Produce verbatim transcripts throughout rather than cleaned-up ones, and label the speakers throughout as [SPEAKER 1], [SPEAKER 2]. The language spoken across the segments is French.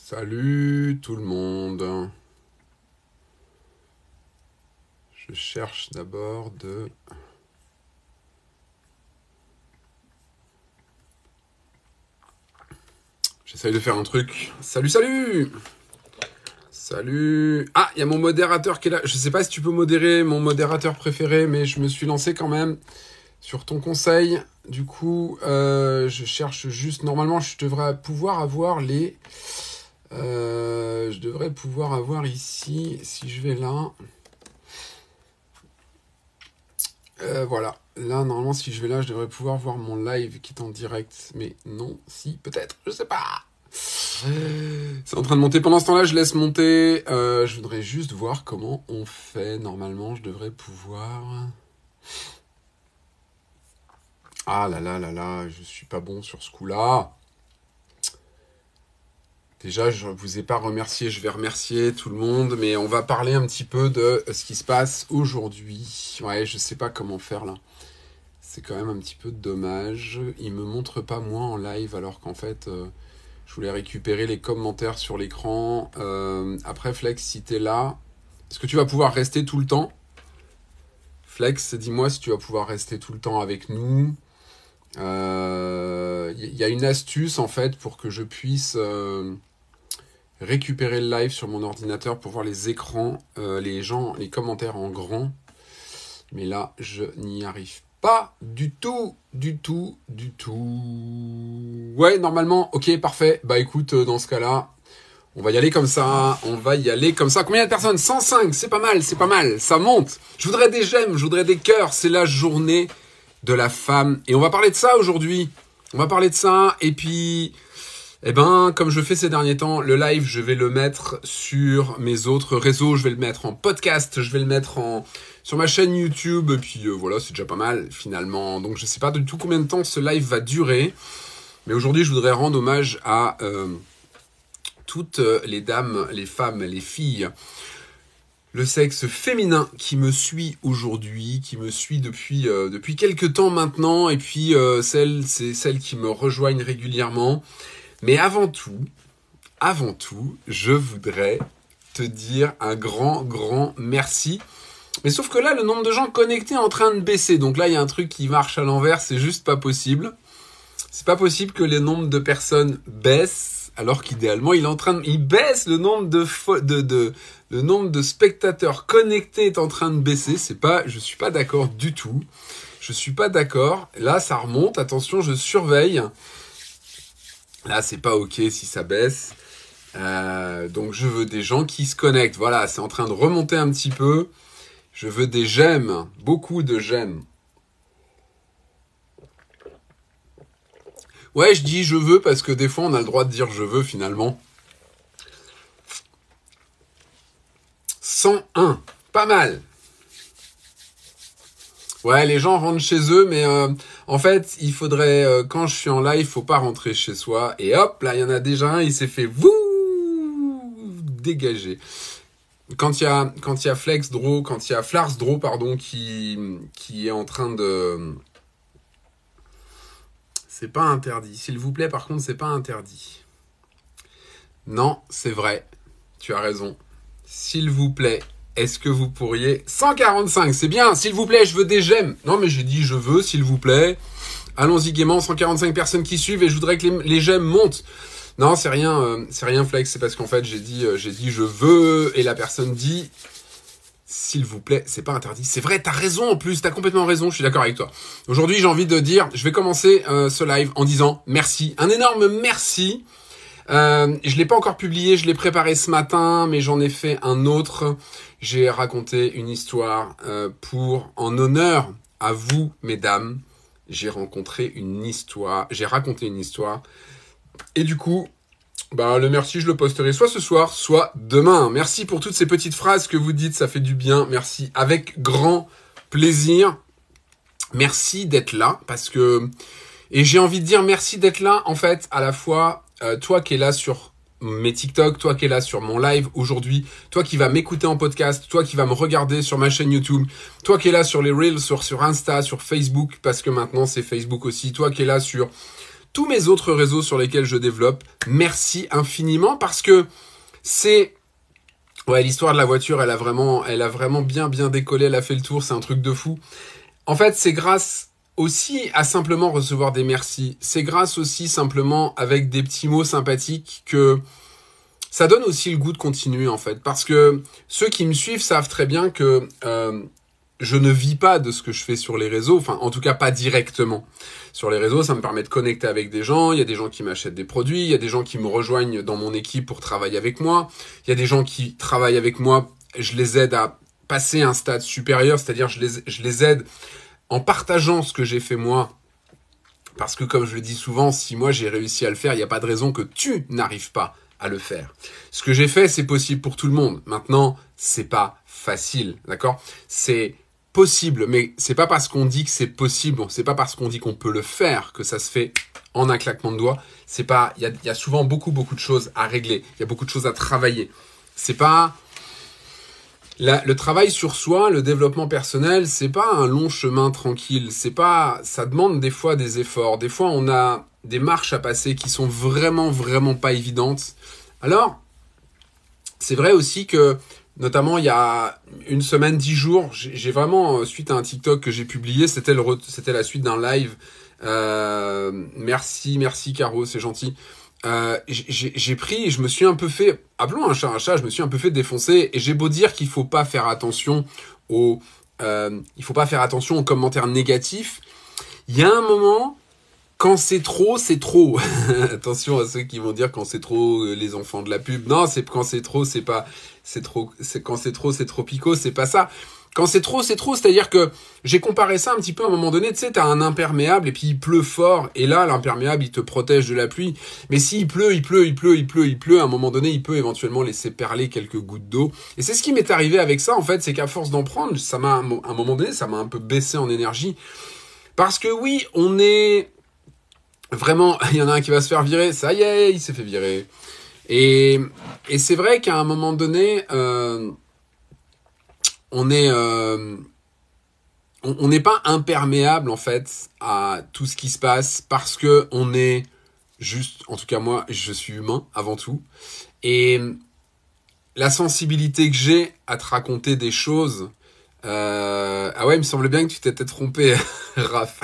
[SPEAKER 1] Salut tout le monde. Je cherche d'abord de... J'essaye de faire un truc. Salut, salut. Salut. Ah, il y a mon modérateur qui est là. Je sais pas si tu peux modérer mon modérateur préféré, mais je me suis lancé quand même sur ton conseil. Du coup, euh, je cherche juste... Normalement, je devrais pouvoir avoir les... Euh, je devrais pouvoir avoir ici, si je vais là... Euh, voilà, là normalement si je vais là je devrais pouvoir voir mon live qui est en direct, mais non, si, peut-être, je sais pas. C'est en train de monter, pendant ce temps là je laisse monter, euh, je voudrais juste voir comment on fait, normalement je devrais pouvoir... Ah là là là là, je suis pas bon sur ce coup là. Déjà, je vous ai pas remercié, je vais remercier tout le monde, mais on va parler un petit peu de ce qui se passe aujourd'hui. Ouais, je sais pas comment faire là. C'est quand même un petit peu dommage. Il me montre pas moi en live, alors qu'en fait, euh, je voulais récupérer les commentaires sur l'écran. Euh, après, Flex, si t'es là, est-ce que tu vas pouvoir rester tout le temps? Flex, dis-moi si tu vas pouvoir rester tout le temps avec nous. Il euh, y a une astuce en fait pour que je puisse... Euh, récupérer le live sur mon ordinateur pour voir les écrans, euh, les gens, les commentaires en grand. Mais là, je n'y arrive pas du tout, du tout, du tout. Ouais, normalement, ok, parfait. Bah écoute, dans ce cas-là, on va y aller comme ça. On va y aller comme ça. Combien de personnes? cent cinq, c'est pas mal, c'est pas mal. Ça monte. Je voudrais des j'aime, je voudrais des cœurs. C'est la journée de la femme. Et on va parler de ça aujourd'hui. On va parler de ça. Et puis... Eh ben, comme je fais ces derniers temps, le live, je vais le mettre sur mes autres réseaux, je vais le mettre en podcast, je vais le mettre en sur ma chaîne YouTube, et puis euh, voilà, c'est déjà pas mal, finalement. Donc, je sais pas du tout combien de temps ce live va durer, mais aujourd'hui, je voudrais rendre hommage à euh, toutes les dames, les femmes, les filles, le sexe féminin qui me suit aujourd'hui, qui me suit depuis euh, depuis quelques temps maintenant, et puis euh, celles, c'est celles qui me rejoignent régulièrement. Mais avant tout, avant tout, je voudrais te dire un grand, grand merci. Mais sauf que là, le nombre de gens connectés est en train de baisser. Donc là, il y a un truc qui marche à l'envers, c'est juste pas possible. C'est pas possible que le nombre de personnes baisse, alors qu'idéalement, il est en train de... Il baisse, le nombre de, fo... de, de, le nombre de spectateurs connectés est en train de baisser. C'est pas... Je suis pas d'accord du tout. Je suis pas d'accord. Là, ça remonte. Attention, je surveille. Là, c'est pas ok si ça baisse. Euh, donc, je veux des gens qui se connectent. Voilà, c'est en train de remonter un petit peu. Je veux des j'aime. Beaucoup de j'aime. Ouais, je dis je veux parce que des fois, on a le droit de dire je veux finalement. cent un. Pas mal. Ouais, les gens rentrent chez eux, mais euh, en fait, il faudrait, euh, quand je suis en live, il faut pas rentrer chez soi. Et hop, là, il y en a déjà un, il s'est fait vous dégager. Quand il y a, quand il y a Flex Draw, quand il y a Flars Draw, pardon, qui, qui est en train de... C'est pas interdit. S'il vous plaît, par contre, c'est pas interdit. Non, c'est vrai. Tu as raison. S'il vous plaît. Est-ce que vous pourriez... cent quarante-cinq, c'est bien, s'il vous plaît, je veux des j'aime. Non, mais j'ai dit je veux, s'il vous plaît. Allons-y gaiement, cent quarante-cinq personnes qui suivent et je voudrais que les, les j'aime montent. Non, c'est rien, euh, c'est rien Flex, c'est parce qu'en fait, j'ai dit, euh, j'ai dit je veux et la personne dit s'il vous plaît, c'est pas interdit. C'est vrai, t'as raison en plus, t'as complètement raison, je suis d'accord avec toi. Aujourd'hui, j'ai envie de dire, je vais commencer euh, ce live en disant merci. Un énorme merci. Euh, je l'ai pas encore publié, je l'ai préparé ce matin, mais j'en ai fait un autre. J'ai raconté une histoire euh, pour, en honneur à vous, mesdames. J'ai rencontré une histoire, j'ai raconté une histoire. Et du coup, bah, le merci, je le posterai soit ce soir, soit demain. Merci pour toutes ces petites phrases que vous dites, ça fait du bien. Merci, avec grand plaisir. Merci d'être là, parce que... Et j'ai envie de dire merci d'être là, en fait, à la fois... Euh, toi qui es là sur mes TikTok, toi qui es là sur mon live aujourd'hui, toi qui vas m'écouter en podcast, toi qui vas me regarder sur ma chaîne YouTube, toi qui es là sur les Reels, sur, sur Insta, sur Facebook, parce que maintenant c'est Facebook aussi, toi qui es là sur tous mes autres réseaux sur lesquels je développe, merci infiniment parce que c'est... Ouais, l'histoire de la voiture, elle a vraiment, elle a vraiment bien, bien décollé, elle a fait le tour, c'est un truc de fou. En fait, c'est grâce aussi à simplement recevoir des merci. C'est grâce aussi simplement avec des petits mots sympathiques que ça donne aussi le goût de continuer, en fait. Parce que ceux qui me suivent savent très bien que euh, je ne vis pas de ce que je fais sur les réseaux, enfin, en tout cas pas directement. Sur les réseaux, ça me permet de connecter avec des gens, il y a des gens qui m'achètent des produits, il y a des gens qui me rejoignent dans mon équipe pour travailler avec moi, il y a des gens qui travaillent avec moi, je les aide à passer un stade supérieur, c'est-à-dire je les, je les aide en partageant ce que j'ai fait moi, parce que comme je le dis souvent, si moi j'ai réussi à le faire, il n'y a pas de raison que tu n'arrives pas à le faire. Ce que j'ai fait, c'est possible pour tout le monde. Maintenant, c'est pas facile, d'accord ? C'est possible, mais c'est pas parce qu'on dit que c'est possible, c'est pas parce qu'on dit qu'on peut le faire que ça se fait en un claquement de doigts. C'est pas, il y a, y a souvent beaucoup beaucoup de choses à régler, il y a beaucoup de choses à travailler. C'est pas la, le travail sur soi, le développement personnel, c'est pas un long chemin tranquille. C'est pas, ça demande des fois des efforts. Des fois, on a des marches à passer qui sont vraiment vraiment pas évidentes. Alors, c'est vrai aussi que notamment, il y a une semaine, dix jours, j'ai vraiment, suite à un TikTok que j'ai publié, c'était le, c'était la suite d'un live. Euh, merci, merci Caro, c'est gentil. Euh, j'ai pris, je me suis un peu fait, appelons un chat un chat, je me suis un peu fait défoncer. Et j'ai beau dire qu'il faut pas faire attention aux, euh, il faut pas faire attention aux commentaires négatifs. Il y a un moment, quand c'est trop, c'est trop. Attention à ceux qui vont dire quand c'est trop, euh, les enfants de la pub. Non, c'est quand c'est trop, c'est pas, c'est trop, c'est quand c'est trop, c'est trop pico, c'est pas ça. Quand c'est trop, c'est trop. C'est-à-dire que j'ai comparé ça un petit peu à un moment donné. Tu sais, t'as un imperméable et puis il pleut fort. Et là, l'imperméable, il te protège de la pluie. Mais s'il pleut, il pleut, il pleut, il pleut, il pleut, à un moment donné, il peut éventuellement laisser perler quelques gouttes d'eau. Et c'est ce qui m'est arrivé avec ça, en fait. C'est qu'à force d'en prendre, ça m'a, à un moment donné, ça m'a un peu baissé en énergie. Parce que oui, on est... Vraiment, il y en a un qui va se faire virer. Ça y est, il s'est fait virer. Et, et c'est vrai qu'à un moment donné... Euh, on est euh, on n'est pas imperméable en fait à tout ce qui se passe parce que on est juste, en tout cas moi je suis humain avant tout, et la sensibilité que j'ai à te raconter des choses, euh, ah ouais, il me semble bien que tu t'étais trompé Raph.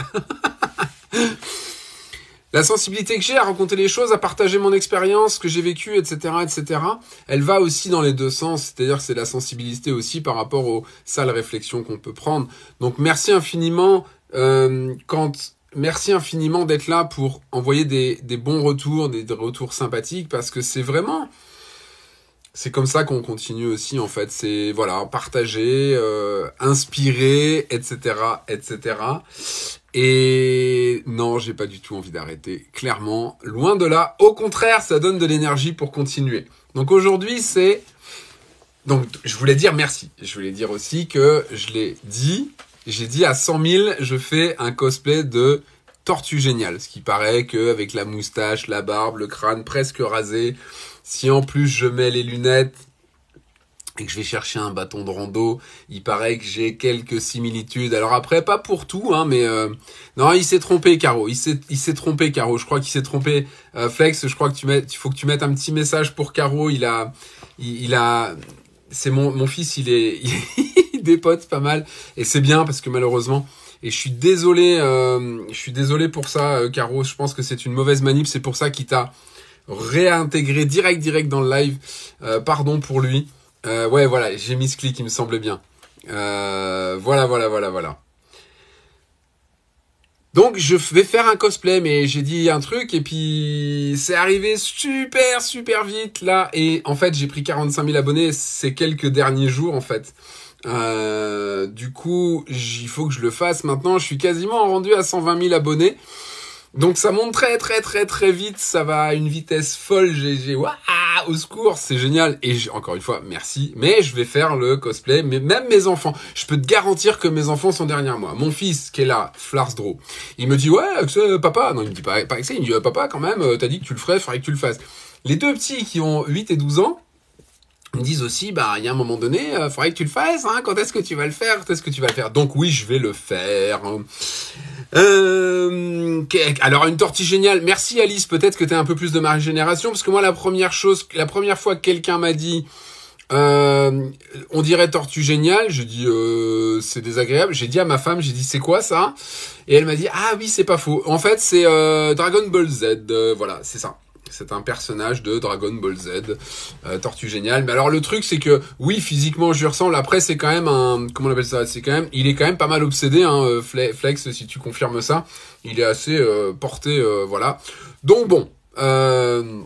[SPEAKER 1] La sensibilité que j'ai à raconter les choses, à partager mon expérience, ce que j'ai vécu, et cetera, et cetera, elle va aussi dans les deux sens. C'est-à-dire que c'est la sensibilité aussi par rapport aux sales réflexions qu'on peut prendre. Donc merci infiniment, euh, quand, merci infiniment d'être là pour envoyer des, des bons retours, des, des retours sympathiques, parce que c'est vraiment, c'est comme ça qu'on continue aussi en fait. C'est voilà, partager, euh, inspirer, et cetera, et cetera. Et non, j'ai pas du tout envie d'arrêter, clairement, loin de là. Au contraire, ça donne de l'énergie pour continuer. Donc aujourd'hui, c'est... Donc je voulais dire merci. Je voulais dire aussi que je l'ai dit, j'ai dit à cent mille, je fais un cosplay de Tortue Géniale. Ce qui paraît qu'avec la moustache, la barbe, le crâne presque rasé, si en plus je mets les lunettes... et que je vais chercher un bâton de rando, il paraît que j'ai quelques similitudes. Alors après, pas pour tout, hein, mais euh, non, il s'est trompé, Caro. Il s'est, il s'est trompé, Caro. Je crois qu'il s'est trompé, euh, Flex. Je crois que tu mets, il faut que tu mettes un petit message pour Caro. Il a, il, il a, c'est mon, mon fils. Il est, il dépote pas mal, et c'est bien parce que malheureusement, et je suis désolé, euh, je suis désolé pour ça, euh, Caro. Je pense que c'est une mauvaise manip. C'est pour ça qu'il t'a réintégré direct, direct dans le live. Euh, pardon pour lui. Euh, ouais, voilà, j'ai mis ce clic, il me semble bien. Euh, voilà, voilà, voilà, voilà. Donc, je vais faire un cosplay, mais j'ai dit un truc, et puis c'est arrivé super, super vite, là. Et en fait, j'ai pris quarante-cinq mille abonnés ces quelques derniers jours, en fait. Euh, du coup, il faut que je le fasse maintenant. Je suis quasiment rendu à cent vingt mille abonnés. Donc ça monte très très très très vite, ça va à une vitesse folle, j'ai, j'ai, waouh, au secours, c'est génial. Et encore une fois, merci, mais je vais faire le cosplay, mais même mes enfants, je peux te garantir que mes enfants sont derrière moi. Mon fils, qui est là, Flarsdro, il me dit, ouais, Axel, papa, non, il me dit pas, pas Axel, il me dit, papa, quand même, t'as dit que tu le ferais, faudrait que tu le fasses. Les deux petits qui ont huit et douze ans, ils me disent aussi, bah, il y a un moment donné, euh, faudrait que tu le fasses, hein, quand est-ce que tu vas le faire, quand est-ce que tu vas le faire. Donc oui, je vais le faire. Euh, alors une tortue géniale. Merci Alice, peut-être que t'es un peu plus de ma génération, parce que moi la première chose, la première fois que quelqu'un m'a dit euh, on dirait tortue géniale, je dis euh, c'est désagréable. J'ai dit à ma femme, j'ai dit c'est quoi ça? Et elle m'a dit ah oui c'est pas faux. En fait c'est euh, Dragon Ball Z, euh, voilà c'est ça. C'est un personnage de Dragon Ball Z, euh, tortue géniale. Mais alors le truc c'est que oui physiquement je lui ressemble. Après c'est quand même un, comment on appelle ça? C'est quand même, il est quand même pas mal obsédé. Hein, Flex, si tu confirmes ça, il est assez euh, porté, euh, voilà. Donc bon, euh,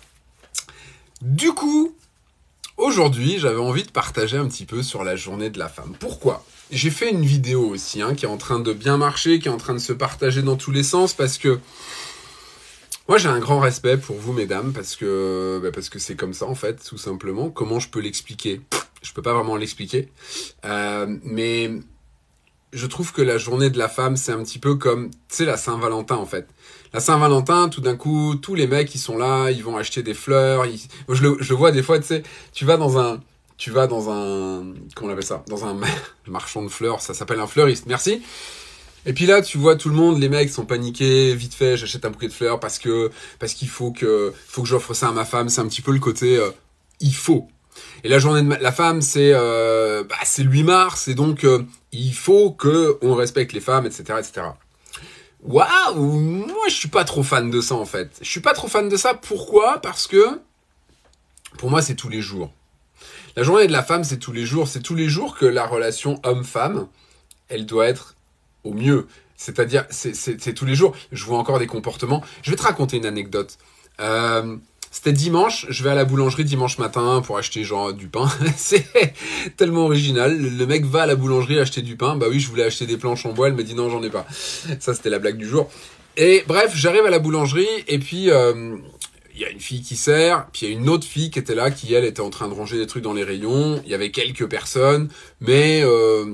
[SPEAKER 1] du coup, aujourd'hui j'avais envie de partager un petit peu sur la journée de la femme. Pourquoi? J'ai fait une vidéo aussi, hein, qui est en train de bien marcher, qui est en train de se partager dans tous les sens parce que moi, j'ai un grand respect pour vous, mesdames, parce que bah parce que c'est comme ça, en fait, tout simplement. Comment je peux l'expliquer? Je peux pas vraiment l'expliquer. Euh, mais je trouve que la journée de la femme, c'est un petit peu comme, tu sais, la Saint-Valentin, en fait. La Saint-Valentin, tout d'un coup, tous les mecs, ils sont là, ils vont acheter des fleurs. Ils... Je, le, je le vois des fois, tu sais, tu vas dans un... Tu vas dans un... Comment on appelle ça? Dans un marchand de fleurs, ça s'appelle un fleuriste. Merci. Et puis là, tu vois tout le monde, les mecs sont paniqués, vite fait, j'achète un bouquet de fleurs parce que parce qu'il faut que faut que j'offre ça à ma femme. C'est un petit peu le côté euh, il faut. Et la journée de ma... la femme, c'est euh, bah, c'est le huit mars, et donc euh, il faut que on respecte les femmes, et cetera, et cetera. Waouh, moi je suis pas trop fan de ça en fait. Je suis pas trop fan de ça. Pourquoi? Parce que pour moi c'est tous les jours. La journée de la femme, c'est tous les jours. C'est tous les jours que la relation homme-femme, elle doit être au mieux. C'est-à-dire, c'est, c'est, c'est tous les jours. Je vois encore des comportements. Je vais te raconter une anecdote. Euh, c'était dimanche, je vais à la boulangerie dimanche matin pour acheter genre du pain. C'est tellement original. Le mec va à la boulangerie acheter du pain. Bah oui, je voulais acheter des planches en bois. Elle me dit non, j'en ai pas. Ça, c'était la blague du jour. Et bref, j'arrive à la boulangerie et puis... Euh, il y a une fille qui sert, puis il y a une autre fille qui était là, qui elle était en train de ranger des trucs dans les rayons. Il y avait quelques personnes, mais euh,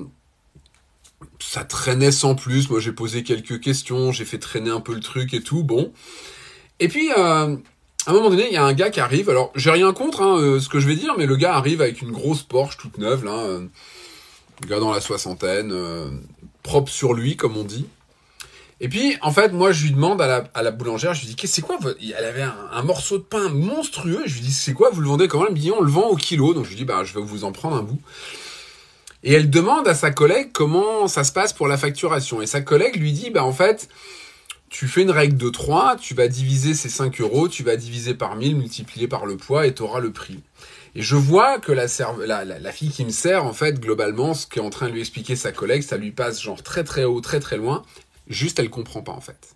[SPEAKER 1] ça traînait sans plus. Moi j'ai posé quelques questions, j'ai fait traîner un peu le truc et tout, bon. Et puis euh, à un moment donné, il y a un gars qui arrive. Alors j'ai rien contre hein, euh, ce que je vais dire, mais le gars arrive avec une grosse Porsche toute neuve, là, euh, le gars dans la soixantaine, euh, propre sur lui comme on dit. Et puis, en fait, moi, je lui demande à la, à la boulangère, je lui dis, qu'est-ce c'est quoi? Elle avait un, un morceau de pain monstrueux. Je lui dis, c'est quoi? Vous le vendez comment? Elle me dit, on le vend au kilo. Donc, je lui dis, bah, je vais vous en prendre un bout. Et elle demande à sa collègue comment ça se passe pour la facturation. Et sa collègue lui dit, bah, en fait, tu fais une règle de trois, tu vas diviser ces cinq euros, tu vas diviser par mille, multiplier par le poids et tu auras le prix. Et je vois que la, serve, la, la, la fille qui me sert, en fait, globalement, ce qu'est en train de lui expliquer sa collègue, ça lui passe genre très très haut, très très loin. Juste, elle comprend pas, en fait.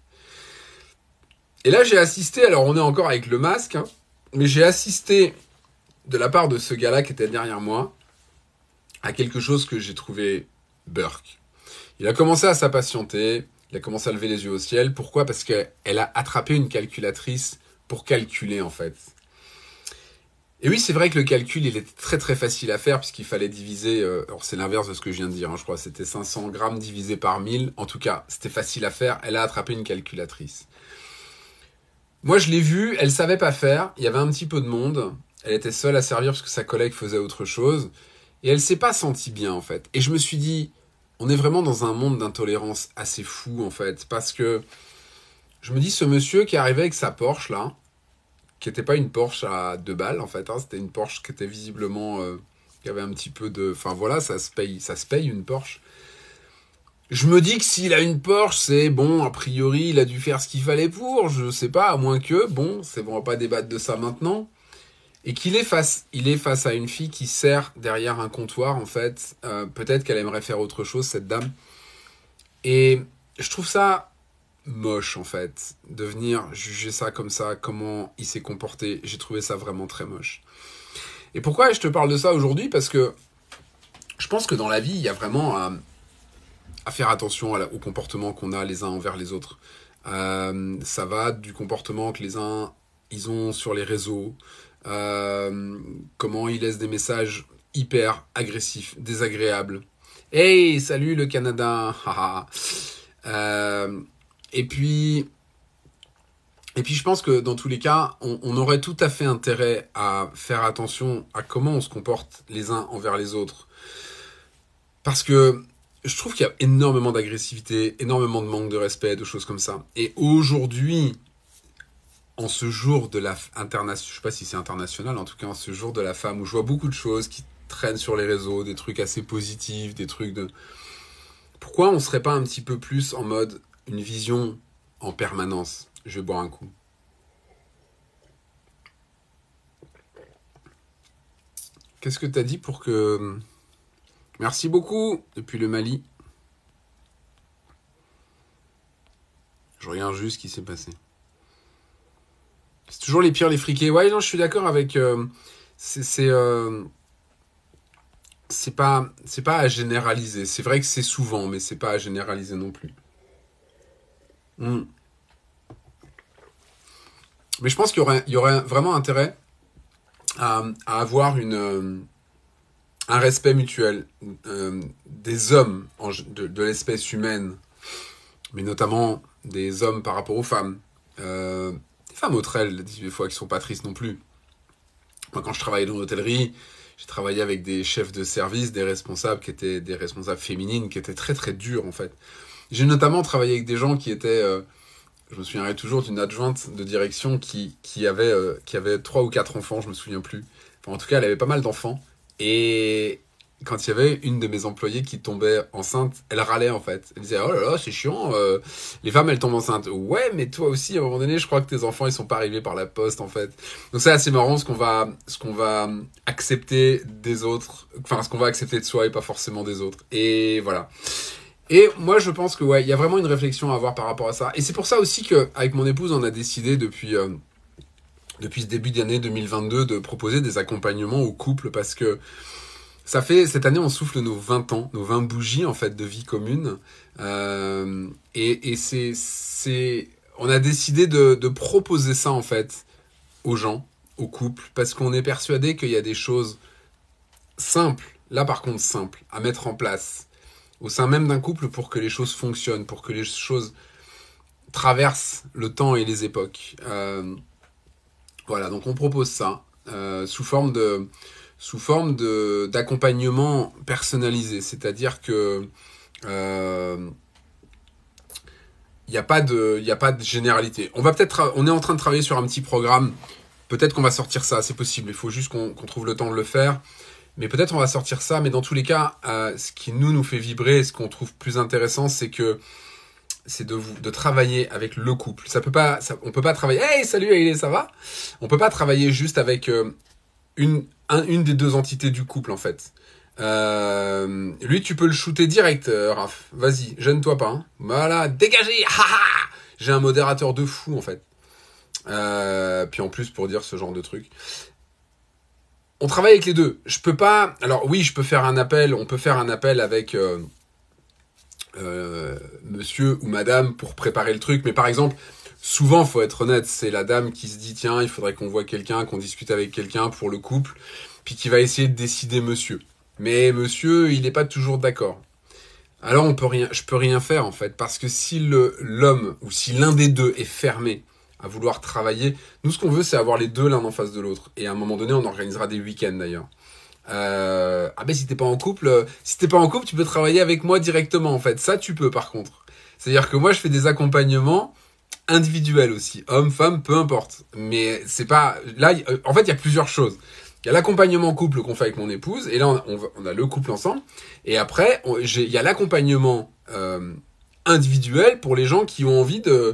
[SPEAKER 1] Et là, j'ai assisté, alors on est encore avec le masque, hein, mais j'ai assisté, de la part de ce gars-là qui était derrière moi, à quelque chose que j'ai trouvé burk. Il a commencé à s'impatienter, il a commencé à lever les yeux au ciel. Pourquoi? Parce qu'elle a attrapé une calculatrice pour calculer, en fait. Et oui, c'est vrai que le calcul, il était très très facile à faire puisqu'il fallait diviser, euh, alors c'est l'inverse de ce que je viens de dire, hein, je crois, c'était cinq cents grammes divisé par mille. En tout cas, c'était facile à faire, elle a attrapé une calculatrice. Moi, je l'ai vue, elle savait pas faire, il y avait un petit peu de monde, elle était seule à servir parce que sa collègue faisait autre chose, et elle s'est pas sentie bien, en fait. Et je me suis dit, on est vraiment dans un monde d'intolérance assez fou, en fait, parce que je me dis, ce monsieur qui arrivait avec sa Porsche, là, qui n'était pas une Porsche à deux balles, en fait. Hein. C'était une Porsche qui était visiblement... Euh, qui avait un petit peu de... Enfin, voilà, ça se paye, ça se paye une Porsche. Je me dis que s'il a une Porsche, c'est bon, a priori, il a dû faire ce qu'il fallait pour, je sais pas, à moins que... Bon, c'est bon, on va pas débattre de ça maintenant. Et qu'il est face, il est face à une fille qui sert derrière un comptoir, en fait. Euh, peut-être qu'elle aimerait faire autre chose, cette dame. Et je trouve ça... moche en fait, de venir juger ça comme ça, comment il s'est comporté, j'ai trouvé ça vraiment très moche. Et pourquoi je te parle de ça aujourd'hui? Parce que je pense que dans la vie, il y a vraiment à, à faire attention à la, au comportement qu'on a les uns envers les autres. Euh, ça va du comportement que les uns ils ont sur les réseaux, euh, comment ils laissent des messages hyper agressifs, désagréables. Hey, salut le Canada. euh, Et puis, et puis je pense que dans tous les cas, on, on aurait tout à fait intérêt à faire attention à comment on se comporte les uns envers les autres. Parce que je trouve qu'il y a énormément d'agressivité, énormément de manque de respect, de choses comme ça. Et aujourd'hui, en ce jour de la internationale, je sais pas si c'est international, en tout cas en ce jour de la femme, où je vois beaucoup de choses qui traînent sur les réseaux, des trucs assez positifs, des trucs de... Pourquoi on serait pas un petit peu plus en mode une vision en permanence? Je vais boire un coup. Qu'est-ce que t'as dit pour que... Merci beaucoup, depuis le Mali. Je regarde juste ce qui s'est passé. C'est toujours les pires, les friqués. Ouais, non, je suis d'accord avec... Euh, c'est... C'est euh, c'est pas, c'est pas à généraliser. C'est vrai que c'est souvent, mais c'est pas à généraliser non plus. Mm. Mais je pense qu'il y aurait, il y aurait vraiment intérêt à, à avoir une... Euh, un respect mutuel euh, des hommes en, de, de l'espèce humaine, mais notamment des hommes par rapport aux femmes. Euh, des femmes autres elles, des fois, qui sont pas tristes non plus. Moi, quand je travaillais dans l'hôtellerie, j'ai travaillé avec des chefs de service, des responsables qui étaient des responsables féminines, qui étaient très très durs en fait. J'ai notamment travaillé avec des gens qui étaient... Euh, je me souviendrai toujours d'une adjointe de direction qui, qui, avait, euh, qui avait trois ou quatre enfants, je me souviens plus. Enfin, en tout cas, elle avait pas mal d'enfants. Et quand il y avait une de mes employées qui tombait enceinte, elle râlait en fait. Elle disait « Oh là là, c'est chiant, euh, les femmes elles tombent enceintes. » Ouais, mais toi aussi, à un moment donné, je crois que tes enfants ils sont pas arrivés par la poste en fait. Donc c'est assez marrant ce qu'on va, ce qu'on va accepter des autres, enfin ce qu'on va accepter de soi et pas forcément des autres. Et voilà. Et moi je pense que ouais, il y a vraiment une réflexion à avoir par rapport à ça. Et c'est pour ça aussi que avec mon épouse on a décidé depuis... Euh, depuis ce début d'année deux mille vingt-deux, de proposer des accompagnements aux couples, parce que ça fait, cette année, on souffle nos vingt ans, nos vingt bougies, en fait, de vie commune. Euh, et, et c'est, c'est, on a décidé de, de proposer ça, en fait, aux gens, aux couples, parce qu'on est persuadé qu'il y a des choses simples, là, par contre, simples, à mettre en place, au sein même d'un couple, pour que les choses fonctionnent, pour que les choses traversent le temps et les époques. Euh, Voilà, donc on propose ça euh, sous forme de sous forme de d'accompagnement personnalisé, c'est-à-dire que euh, il n'y a pas de il y a pas de généralité. On va peut-être on est en train de travailler sur un petit programme. Peut-être qu'on va sortir ça, c'est possible. Il faut juste qu'on qu'on trouve le temps de le faire. Mais peut-être on va sortir ça. Mais dans tous les cas, euh, ce qui nous nous fait vibrer, ce qu'on trouve plus intéressant, c'est que c'est de vous, de travailler avec le couple. Ça peut pas, ça, on peut pas travailler. Hey, salut, Aïlé, ça va? On peut pas travailler juste avec euh, une, un, une des deux entités du couple en fait. Euh, lui, tu peux le shooter direct, euh, Raph. Vas-y, gêne-toi pas. Hein. Voilà, dégagez. J'ai un modérateur de fou en fait. Euh, puis en plus pour dire ce genre de truc. On travaille avec les deux. Je peux pas. Alors oui, je peux faire un appel. On peut faire un appel avec. Euh, Euh, monsieur ou madame pour préparer le truc, mais par exemple souvent faut être honnête, c'est la dame qui se dit tiens il faudrait qu'on voit quelqu'un, qu'on discute avec quelqu'un pour le couple, puis qui va essayer de décider monsieur, mais monsieur il n'est pas toujours d'accord. Alors on peut rien, je peux rien faire en fait, parce que si le l'homme ou si l'un des deux est fermé à vouloir travailler, nous ce qu'on veut c'est avoir les deux l'un en face de l'autre, et à un moment donné on organisera des week-ends d'ailleurs. Euh, ah ben si t'es pas en couple, euh, si t'es pas en couple, tu peux travailler avec moi directement en fait. Ça tu peux par contre. C'est-à-dire que moi je fais des accompagnements individuels aussi, hommes, femmes, peu importe. Mais c'est pas là. Y, en fait il y a plusieurs choses. Il y a l'accompagnement couple qu'on fait avec mon épouse, et là on, on, on a le couple ensemble. Et après il y a l'accompagnement euh, individuel pour les gens qui ont envie de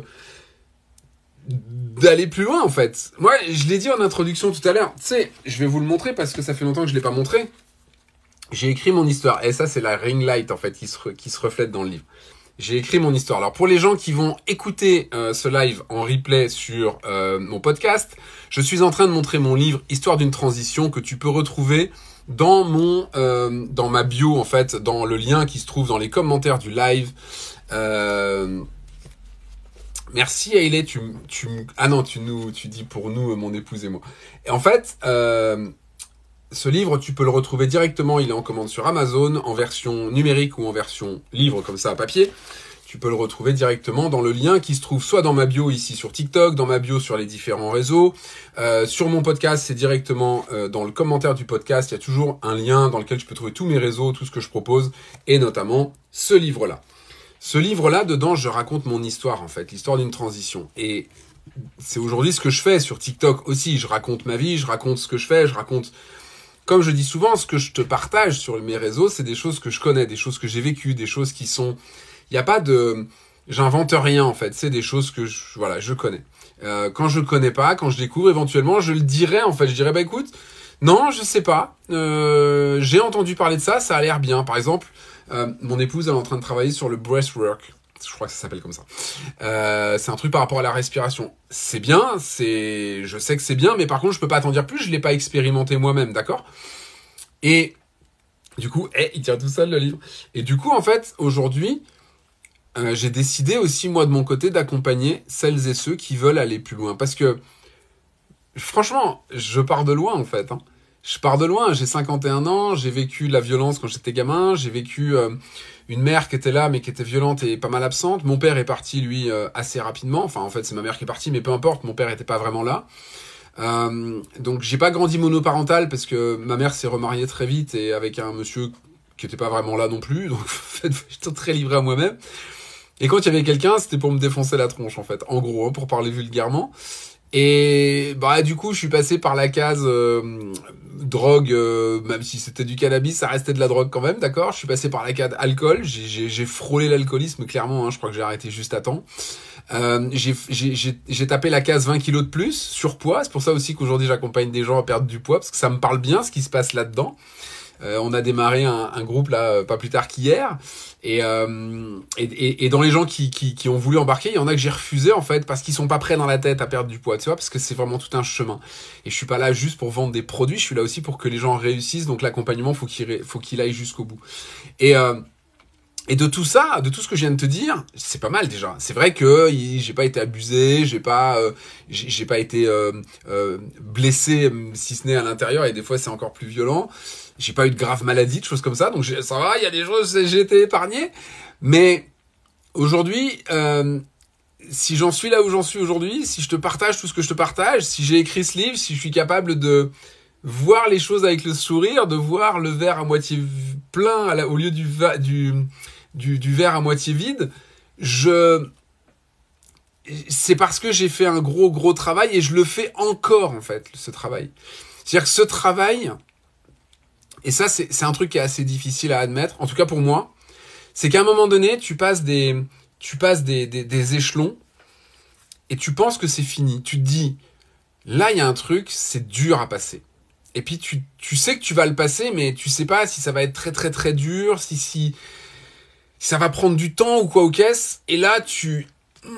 [SPEAKER 1] d'aller plus loin en fait. Moi, je l'ai dit en introduction tout à l'heure, tu sais, je vais vous le montrer parce que ça fait longtemps que je l'ai pas montré. J'ai écrit mon histoire, et ça c'est la ring light en fait qui se, qui se reflète dans le livre. J'ai écrit mon histoire. Alors pour les gens qui vont écouter euh, ce live en replay sur euh, mon podcast, je suis en train de montrer mon livre Histoire d'une transition que tu peux retrouver dans mon euh, dans ma bio en fait, dans le lien qui se trouve dans les commentaires du live. Euh, Merci Aïlé, tu, tu, ah non, tu nous, tu dis pour nous, mon épouse et moi. Et en fait, euh, ce livre, tu peux le retrouver directement, il est en commande sur Amazon, en version numérique ou en version livre, comme ça, à papier. tu peux le retrouver directement dans le lien qui se trouve soit dans ma bio ici sur TikTok, dans ma bio sur les différents réseaux. Euh, sur mon podcast, c'est directement euh, dans le commentaire du podcast. Il y a toujours un lien dans lequel je peux trouver tous mes réseaux, tout ce que je propose, et notamment ce livre-là. Ce livre-là, dedans, je raconte mon histoire, en fait, l'histoire d'une transition. Et c'est aujourd'hui ce que je fais sur TikTok aussi. Je raconte ma vie, je raconte ce que je fais, je raconte... Comme je dis souvent, ce que je te partage sur mes réseaux, c'est des choses que je connais, des choses que j'ai vécues, des choses qui sont... Il n'y a pas de... J'invente rien, en fait. C'est des choses que je, voilà, je connais. Euh, quand je ne connais pas, quand je découvre, éventuellement, je le dirai, en fait. Je dirais, bah écoute, non, je sais pas. Euh, j'ai entendu parler de ça, ça a l'air bien. Par exemple, euh, mon épouse, elle est en train de travailler sur le breathwork. Je crois que ça s'appelle comme ça. Euh, c'est un truc par rapport à la respiration. C'est bien, c'est, je sais que c'est bien, mais par contre, je peux pas t'en dire plus. Je l'ai pas expérimenté moi-même, d'accord? Et du coup, hey, il tient tout seul le livre. Et du coup, en fait, aujourd'hui, euh, j'ai décidé aussi moi de mon côté d'accompagner celles et ceux qui veulent aller plus loin, parce que franchement, je pars de loin en fait. Hein. Je pars de loin. J'ai cinquante et un ans. J'ai vécu la violence quand j'étais gamin. J'ai vécu euh, une mère qui était là, mais qui était violente et pas mal absente. Mon père est parti, lui, euh, assez rapidement. Enfin, en fait, c'est ma mère qui est partie, mais peu importe. Mon père était pas vraiment là. Euh, donc, j'ai pas grandi monoparental parce que ma mère s'est remariée très vite et avec un monsieur qui était pas vraiment là non plus. Donc, en fait, j'étais très livré à moi-même. Et quand il y avait quelqu'un, c'était pour me défoncer la tronche, en fait. En gros, hein, pour parler vulgairement. Et bah du coup je suis passé par la case euh, drogue, euh, même si c'était du cannabis, ça restait de la drogue quand même, d'accord. Je suis passé par la case alcool, j'ai, j'ai, j'ai frôlé l'alcoolisme clairement, hein, je crois que j'ai arrêté juste à temps. Euh, j'ai, j'ai, j'ai, j'ai tapé la case vingt kilos de plus, surpoids, c'est pour ça aussi qu'aujourd'hui j'accompagne des gens à perdre du poids, parce que ça me parle bien ce qui se passe là-dedans. Euh, on a démarré un, un groupe là, pas plus tard qu'hier, et, euh, et, et, et dans les gens qui, qui, qui ont voulu embarquer, il y en a que j'ai refusé en fait parce qu'ils sont pas prêts dans la tête à perdre du poids, tu vois, parce que c'est vraiment tout un chemin. Et je suis pas là juste pour vendre des produits, je suis là aussi pour que les gens réussissent. Donc l'accompagnement, faut qu'il faut qu'il aille jusqu'au bout. Et euh, Et de tout ça, de tout ce que je viens de te dire, c'est pas mal déjà. C'est vrai que j'ai pas été abusé, j'ai pas, euh, j'ai, j'ai pas été euh, euh, blessé, si ce n'est à l'intérieur, et des fois c'est encore plus violent. J'ai pas eu de graves maladies, de choses comme ça, donc ça va, il y a des choses, j'ai été épargné. Mais aujourd'hui, euh, si j'en suis là où j'en suis aujourd'hui, si je te partage tout ce que je te partage, si j'ai écrit ce livre, si je suis capable de voir les choses avec le sourire, de voir le verre à moitié plein à la, au lieu du, va, du, du, du verre à moitié vide, je... c'est parce que j'ai fait un gros, gros travail et je le fais encore, en fait, ce travail. C'est-à-dire que ce travail, et ça, c'est, c'est un truc qui est assez difficile à admettre, en tout cas pour moi, c'est qu'à un moment donné, tu passes des, tu passes des, des, des échelons et tu penses que c'est fini. Tu te dis, là, il y a un truc, c'est dur à passer. Et puis, tu, tu sais que tu vas le passer, mais tu sais pas si ça va être très, très, très dur, si, si, si ça va prendre du temps ou quoi ou qu'est-ce. Et là, tu,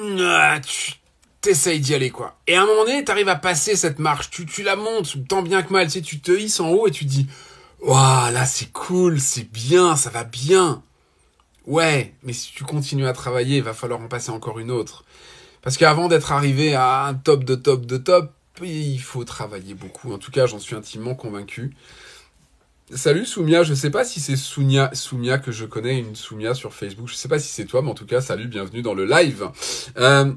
[SPEAKER 1] tu t'essayes d'y aller, quoi. Et à un moment donné, tu arrives à passer cette marche. Tu, tu la montes, tant bien que mal. Tu sais, tu te hisses en haut et tu te dis, waouh, là, c'est cool, c'est bien, ça va bien. Ouais, mais si tu continues à travailler, il va falloir en passer encore une autre. Parce qu'avant d'être arrivé à un top de top de top, il faut travailler beaucoup. En tout cas, j'en suis intimement convaincu. Salut Soumia, je sais pas si c'est Soumia, Soumia que je connais, une Soumia sur Facebook. Je sais pas si c'est toi, mais en tout cas, salut, bienvenue dans le live. Euh,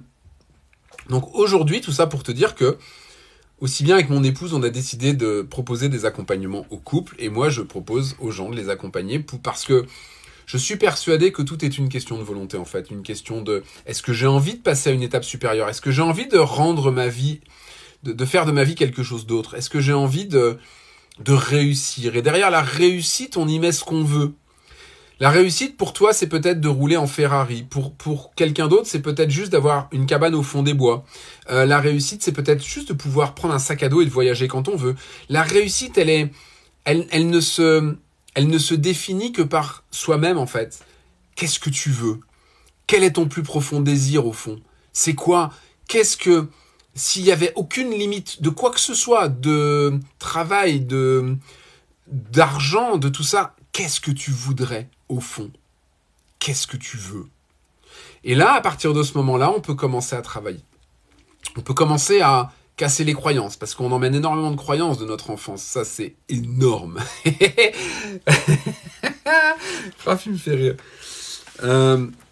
[SPEAKER 1] donc aujourd'hui, tout ça pour te dire que, aussi bien avec mon épouse, on a décidé de proposer des accompagnements aux couples. Et moi, je propose aux gens de les accompagner pour, parce que je suis persuadé que tout est une question de volonté, en fait. Une question de, est-ce que j'ai envie de passer à une étape supérieure? Est-ce que j'ai envie de rendre ma vie, de, de faire de ma vie quelque chose d'autre? Est-ce que j'ai envie de, de réussir? Et derrière la réussite, on y met ce qu'on veut. La réussite, pour toi, c'est peut-être de rouler en Ferrari. Pour, pour quelqu'un d'autre, c'est peut-être juste d'avoir une cabane au fond des bois. Euh, la réussite, c'est peut-être juste de pouvoir prendre un sac à dos et de voyager quand on veut. La réussite, elle est, elle, elle ne se... Elle ne se définit que par soi-même, en fait. Qu'est-ce que tu veux? Quel est ton plus profond désir, au fond? C'est quoi? Qu'est-ce que... S'il y avait aucune limite de quoi que ce soit, de travail, de d'argent, de tout ça, qu'est-ce que tu voudrais, au fond? Qu'est-ce que tu veux? Et là, à partir de ce moment-là, on peut commencer à travailler. On peut commencer à casser les croyances, parce qu'on emmène énormément de croyances de notre enfance. Ça, c'est énorme. Rafi me fait rire. Euh,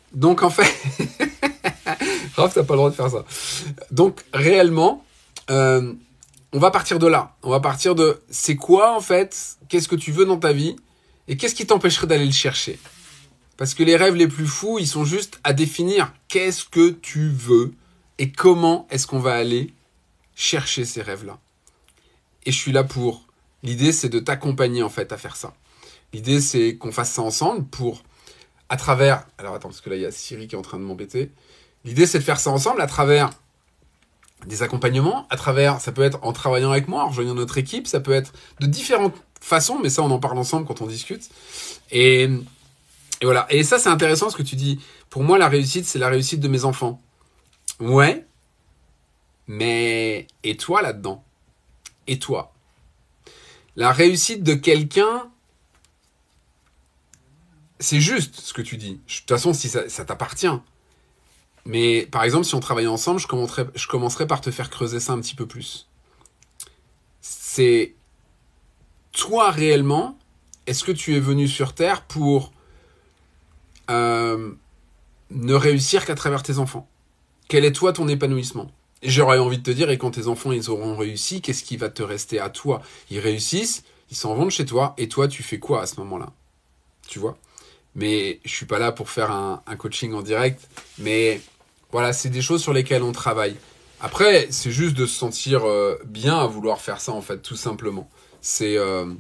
[SPEAKER 1] Donc en fait, Raph, t'as pas le droit de faire ça. Donc réellement, euh, on va partir de là. On va partir de c'est quoi en fait, qu'est-ce que tu veux dans ta vie et qu'est-ce qui t'empêcherait d'aller le chercher. Parce que les rêves les plus fous, ils sont juste à définir qu'est-ce que tu veux et comment est-ce qu'on va aller chercher ces rêves-là. Et je suis là pour... L'idée, c'est de t'accompagner en fait à faire ça. L'idée, c'est qu'on fasse ça ensemble pour... À travers... Alors attends, parce que là, il y a Siri qui est en train de m'embêter. L'idée, c'est de faire ça ensemble à travers des accompagnements, à travers... Ça peut être en travaillant avec moi, en rejoignant notre équipe, ça peut être de différentes façons, mais ça, on en parle ensemble quand on discute. Et... Et voilà. Et ça, c'est intéressant ce que tu dis. Pour moi, la réussite, c'est la réussite de mes enfants. Ouais. Mais... Et toi, là-dedans? Et toi? La réussite de quelqu'un, c'est juste ce que tu dis. De toute façon, si ça, ça t'appartient. Mais par exemple, si on travaillait ensemble, je commencerais, je commencerais par te faire creuser ça un petit peu plus. C'est toi réellement, est-ce que tu es venu sur Terre pour euh, ne réussir qu'à travers tes enfants? Quel est toi ton épanouissement? Et j'aurais envie de te dire, et quand tes enfants ils auront réussi, qu'est-ce qui va te rester à toi? Ils réussissent, ils s'en vont de chez toi, et toi tu fais quoi à ce moment-là? Tu vois? Mais je suis pas là pour faire un, un coaching en direct, mais voilà, c'est des choses sur lesquelles on travaille. Après, c'est juste de se sentir euh, bien à vouloir faire ça en fait, tout simplement. C'est euh...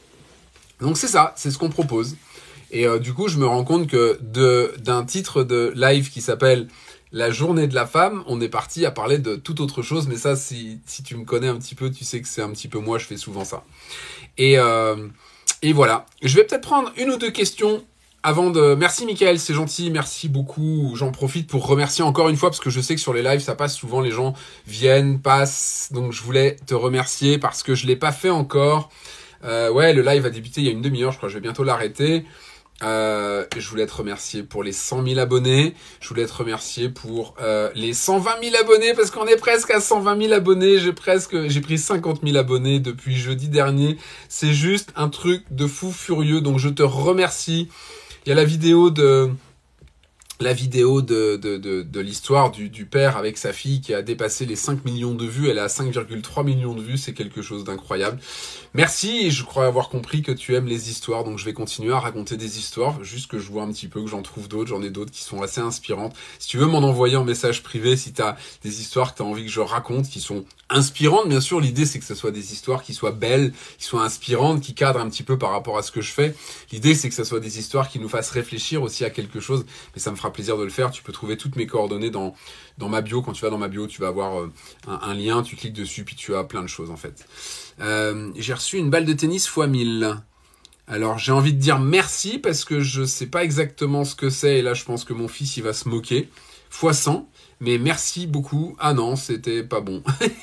[SPEAKER 1] donc c'est ça, c'est ce qu'on propose. Et euh, du coup, je me rends compte que de d'un titre de live qui s'appelle La journée de la femme, on est parti à parler de toute autre chose. Mais ça, si, si tu me connais un petit peu, tu sais que c'est un petit peu moi, je fais souvent ça. Et, euh, et voilà. Je vais peut-être prendre une ou deux questions avant de... Merci Mickaël, c'est gentil, merci beaucoup. J'en profite pour remercier encore une fois, parce que je sais que sur les lives, ça passe souvent, les gens viennent, passent. Donc je voulais te remercier parce que je l'ai pas fait encore. Euh, ouais, le live a débuté il y a une demi-heure, je crois, je vais bientôt l'arrêter. Euh, je voulais te remercier pour les cent mille abonnés. Je voulais te remercier pour euh, les cent vingt mille abonnés, parce qu'on est presque à cent vingt mille abonnés. J'ai presque, j'ai pris cinquante mille abonnés depuis jeudi dernier. C'est juste un truc de fou furieux. Donc je te remercie. Il y a la vidéo de la vidéo de, de, de, de l'histoire du, du père avec sa fille qui a dépassé les cinq millions de vues. Elle a cinq virgule trois millions de vues, c'est quelque chose d'incroyable. Merci, et je crois avoir compris que tu aimes les histoires, donc je vais continuer à raconter des histoires, juste que je vois un petit peu, que j'en trouve d'autres, j'en ai d'autres qui sont assez inspirantes. Si tu veux m'en envoyer en message privé, si tu as des histoires que tu as envie que je raconte, qui sont inspirantes, bien sûr, l'idée c'est que ce soit des histoires qui soient belles, qui soient inspirantes, qui cadrent un petit peu par rapport à ce que je fais. L'idée c'est que ce soit des histoires qui nous fassent réfléchir aussi à quelque chose, mais ça me fera plaisir de le faire. Tu peux trouver toutes mes coordonnées dans, dans ma bio. Quand tu vas dans ma bio, tu vas avoir euh, un, un lien, tu cliques dessus, puis tu as plein de choses en fait. Euh, j'ai reçu une balle de tennis fois mille. Alors j'ai envie de dire merci parce que je sais pas exactement ce que c'est, et là je pense que mon fils il va se moquer. Fois cent, mais merci beaucoup. Ah non, c'était pas bon.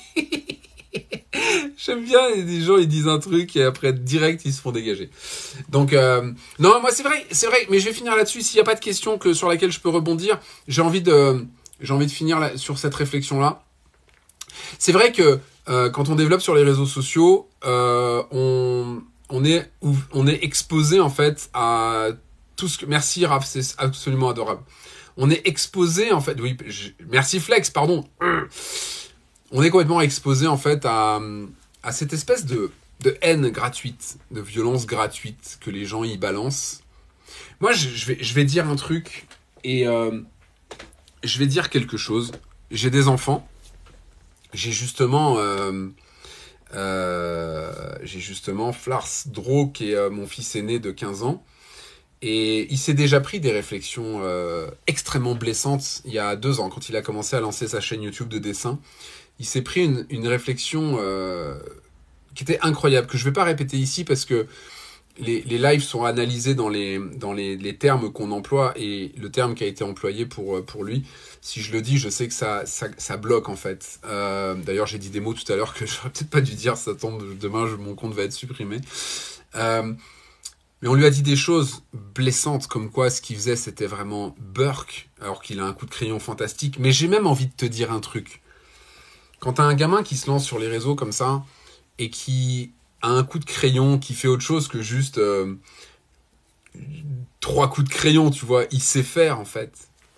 [SPEAKER 1] J'aime bien, les gens ils disent un truc et après direct ils se font dégager. Donc euh, non, moi c'est vrai, c'est vrai, mais je vais finir là-dessus. S'il n'y a pas de question que sur laquelle je peux rebondir, j'ai envie de, j'ai envie de finir là, sur cette réflexion-là. C'est vrai que euh, quand on développe sur les réseaux sociaux, euh, on, on est, on est exposé en fait à tout ce que. Merci Raph, c'est absolument adorable. On est exposé en fait. Oui, je, merci Flex, pardon. On est complètement exposé en fait à, à cette espèce de, de haine gratuite, de violence gratuite que les gens y balancent. Moi, je, je, vais, je vais dire un truc et euh, je vais dire quelque chose. J'ai des enfants. J'ai justement, euh, euh, j'ai justement Flars Dro, qui est euh, mon fils aîné de quinze ans. Et il s'est déjà pris des réflexions euh, extrêmement blessantes il y a deux ans, quand il a commencé à lancer sa chaîne YouTube de dessin. Il s'est pris une, une réflexion euh, qui était incroyable, que je ne vais pas répéter ici parce que les, les lives sont analysés dans les, dans les, les termes qu'on emploie, et le terme qui a été employé pour, pour lui, si je le dis, je sais que ça, ça, ça bloque en fait. Euh, D'ailleurs, j'ai dit des mots tout à l'heure que j'aurais peut-être pas dû dire, ça tombe, demain je, mon compte va être supprimé. Euh, mais on lui a dit des choses blessantes, comme quoi ce qu'il faisait c'était vraiment Burke, alors qu'il a un coup de crayon fantastique. Mais j'ai même envie de te dire un truc. Quand t'as un gamin qui se lance sur les réseaux comme ça, et qui a un coup de crayon, qui fait autre chose que juste euh, trois coups de crayon, tu vois, il sait faire en fait.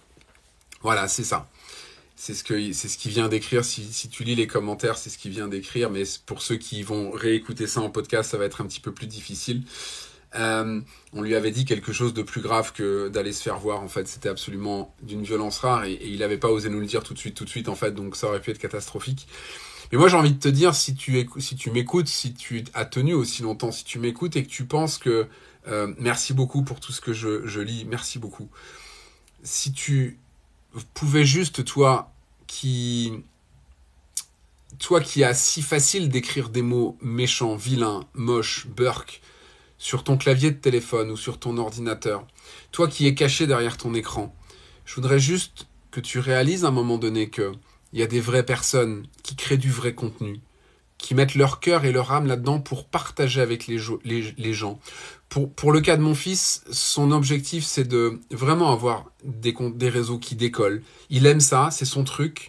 [SPEAKER 1] Voilà, c'est ça. C'est ce que c'est ce qu'il vient d'écrire. Si, si tu lis les commentaires, c'est ce qu'il vient d'écrire. Mais pour ceux qui vont réécouter ça en podcast, ça va être un petit peu plus difficile. Euh, on lui avait dit quelque chose de plus grave que d'aller se faire voir. En fait, c'était absolument d'une violence rare et, et il n'avait pas osé nous le dire tout de suite, tout de suite. En fait, donc ça aurait pu être catastrophique. Mais moi, j'ai envie de te dire, si tu écoutes, si tu m'écoutes, si tu as tenu aussi longtemps, si tu m'écoutes et que tu penses que euh, merci beaucoup pour tout ce que je, je lis, merci beaucoup. Si tu pouvais juste toi qui toi qui as si facile d'écrire des mots méchants, vilains, moches, burk sur ton clavier de téléphone ou sur ton ordinateur, toi qui es caché derrière ton écran, je voudrais juste que tu réalises à un moment donné que il y a des vraies personnes qui créent du vrai contenu, qui mettent leur cœur et leur âme là-dedans pour partager avec les, les, les gens. Pour, pour le cas de mon fils, son objectif, c'est de vraiment avoir des, des réseaux qui décollent. Il aime ça, c'est son truc.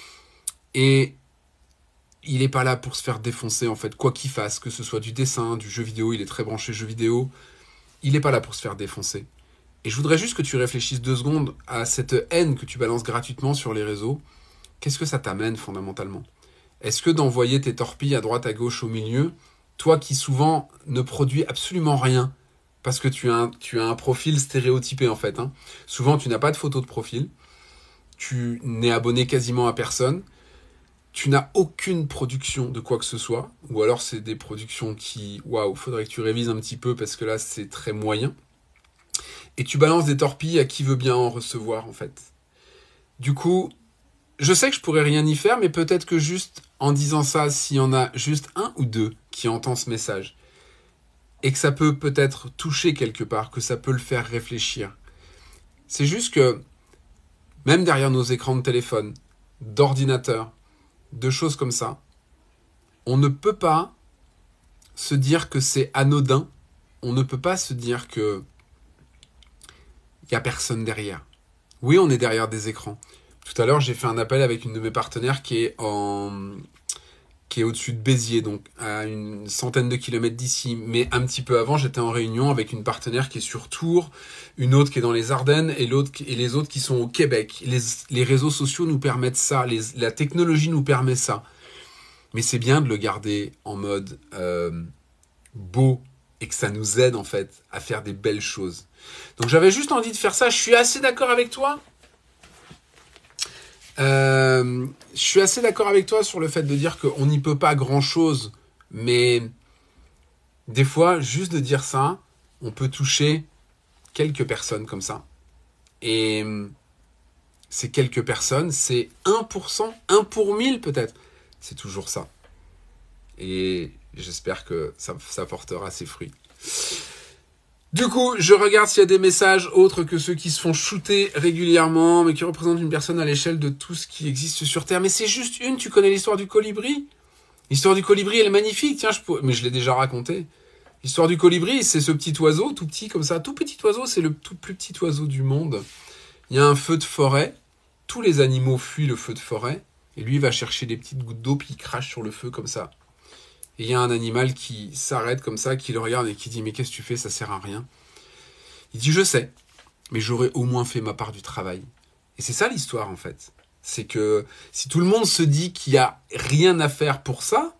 [SPEAKER 1] Et il n'est pas là pour se faire défoncer, en fait, quoi qu'il fasse, que ce soit du dessin, du jeu vidéo, il est très branché jeu vidéo. Il n'est pas là pour se faire défoncer. Et je voudrais juste que tu réfléchisses deux secondes à cette haine que tu balances gratuitement sur les réseaux. Qu'est-ce que ça t'amène fondamentalement ? Est-ce que d'envoyer tes torpilles à droite, à gauche, au milieu, toi qui souvent ne produis absolument rien, parce que tu as un, tu as un profil stéréotypé en fait, hein. Souvent tu n'as pas de photo de profil, tu n'es abonné quasiment à personne, tu n'as aucune production de quoi que ce soit, ou alors c'est des productions qui, waouh, faudrait que tu révises un petit peu parce que là c'est très moyen, et tu balances des torpilles à qui veut bien en recevoir en fait. Du coup, je sais que je pourrais rien y faire, mais peut-être que juste en disant ça, s'il y en a juste un ou deux qui entend ce message, et que ça peut peut-être toucher quelque part, que ça peut le faire réfléchir. C'est juste que, même derrière nos écrans de téléphone, d'ordinateur, de choses comme ça, on ne peut pas se dire que c'est anodin, on ne peut pas se dire que il n'y a personne derrière. Oui, on est derrière des écrans. Tout à l'heure, j'ai fait un appel avec une de mes partenaires qui est en qui est au-dessus de Béziers, donc à une centaine de kilomètres d'ici. Mais un petit peu avant, j'étais en réunion avec une partenaire qui est sur Tours, une autre qui est dans les Ardennes et l'autre et les autres qui sont au Québec. Les, les réseaux sociaux nous permettent ça, les, la technologie nous permet ça. Mais c'est bien de le garder en mode euh, beau et que ça nous aide en fait à faire des belles choses. Donc j'avais juste envie de faire ça. Je suis assez d'accord avec toi. Euh, je suis assez d'accord avec toi sur le fait de dire qu'on n'y peut pas grand-chose, mais des fois, juste de dire ça, on peut toucher quelques personnes comme ça. Et ces quelques personnes, c'est un pour cent, un pour mille peut-être. C'est toujours ça. Et j'espère que ça, ça portera ses fruits. Du coup, je regarde s'il y a des messages autres que ceux qui se font shooter régulièrement, mais qui représentent une personne à l'échelle de tout ce qui existe sur Terre. Mais c'est juste une, tu connais l'histoire du colibri ? L'histoire du colibri, elle est magnifique, tiens, je pourrais... mais je l'ai déjà raconté. L'histoire du colibri, c'est ce petit oiseau, tout petit comme ça. Tout petit oiseau, c'est le tout plus petit oiseau du monde. Il y a un feu de forêt, tous les animaux fuient le feu de forêt, et lui, il va chercher des petites gouttes d'eau, puis il crache sur le feu comme ça. Et il y a un animal qui s'arrête comme ça, qui le regarde et qui dit « Mais qu'est-ce que tu fais ? Ça sert à rien. » Il dit « Je sais, mais j'aurais au moins fait ma part du travail. » Et c'est ça l'histoire en fait. C'est que si tout le monde se dit qu'il n'y a rien à faire pour ça,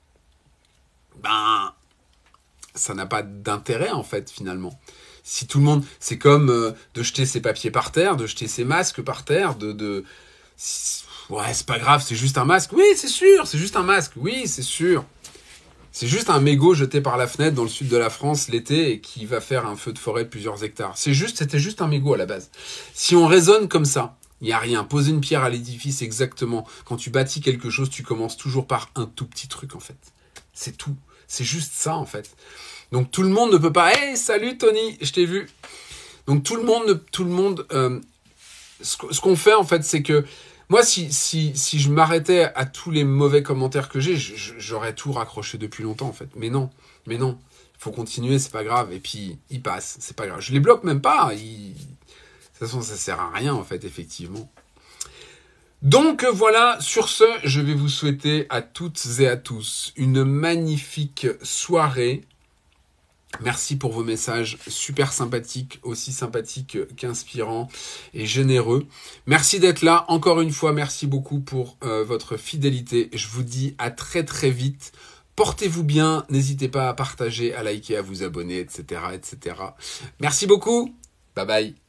[SPEAKER 1] ben, ça n'a pas d'intérêt en fait finalement. Si tout le monde, c'est comme euh, de jeter ses papiers par terre, de jeter ses masques par terre, de... de ouais, c'est pas grave, c'est juste un masque. Oui, c'est sûr, c'est juste un masque. Oui, c'est sûr. C'est juste un mégot jeté par la fenêtre dans le sud de la France l'été et qui va faire un feu de forêt de plusieurs hectares. C'est juste, c'était juste un mégot à la base. Si on raisonne comme ça, il n'y a rien. Poser une pierre à l'édifice, exactement. Quand tu bâtis quelque chose, tu commences toujours par un tout petit truc, en fait. C'est tout. C'est juste ça, en fait. Donc tout le monde ne peut pas... Hey, salut Tony, je t'ai vu. Donc tout le monde... Tout le monde euh, ce, ce qu'on fait, en fait, c'est que... Moi, si, si, si je m'arrêtais à tous les mauvais commentaires que j'ai, j'aurais tout raccroché depuis longtemps, en fait. Mais non, mais non. Il faut continuer, c'est pas grave. Et puis, ils passent, c'est pas grave. Je les bloque même pas. Ils... De toute façon, ça sert à rien, en fait, effectivement. Donc, voilà. Sur ce, je vais vous souhaiter à toutes et à tous une magnifique soirée. Merci pour vos messages super sympathiques, aussi sympathiques qu'inspirants et généreux. Merci d'être là. Encore une fois, merci beaucoup pour euh, votre fidélité. Je vous dis à très très vite. Portez-vous bien. N'hésitez pas à partager, à liker, à vous abonner, et cetera, et cetera. Merci beaucoup. Bye bye.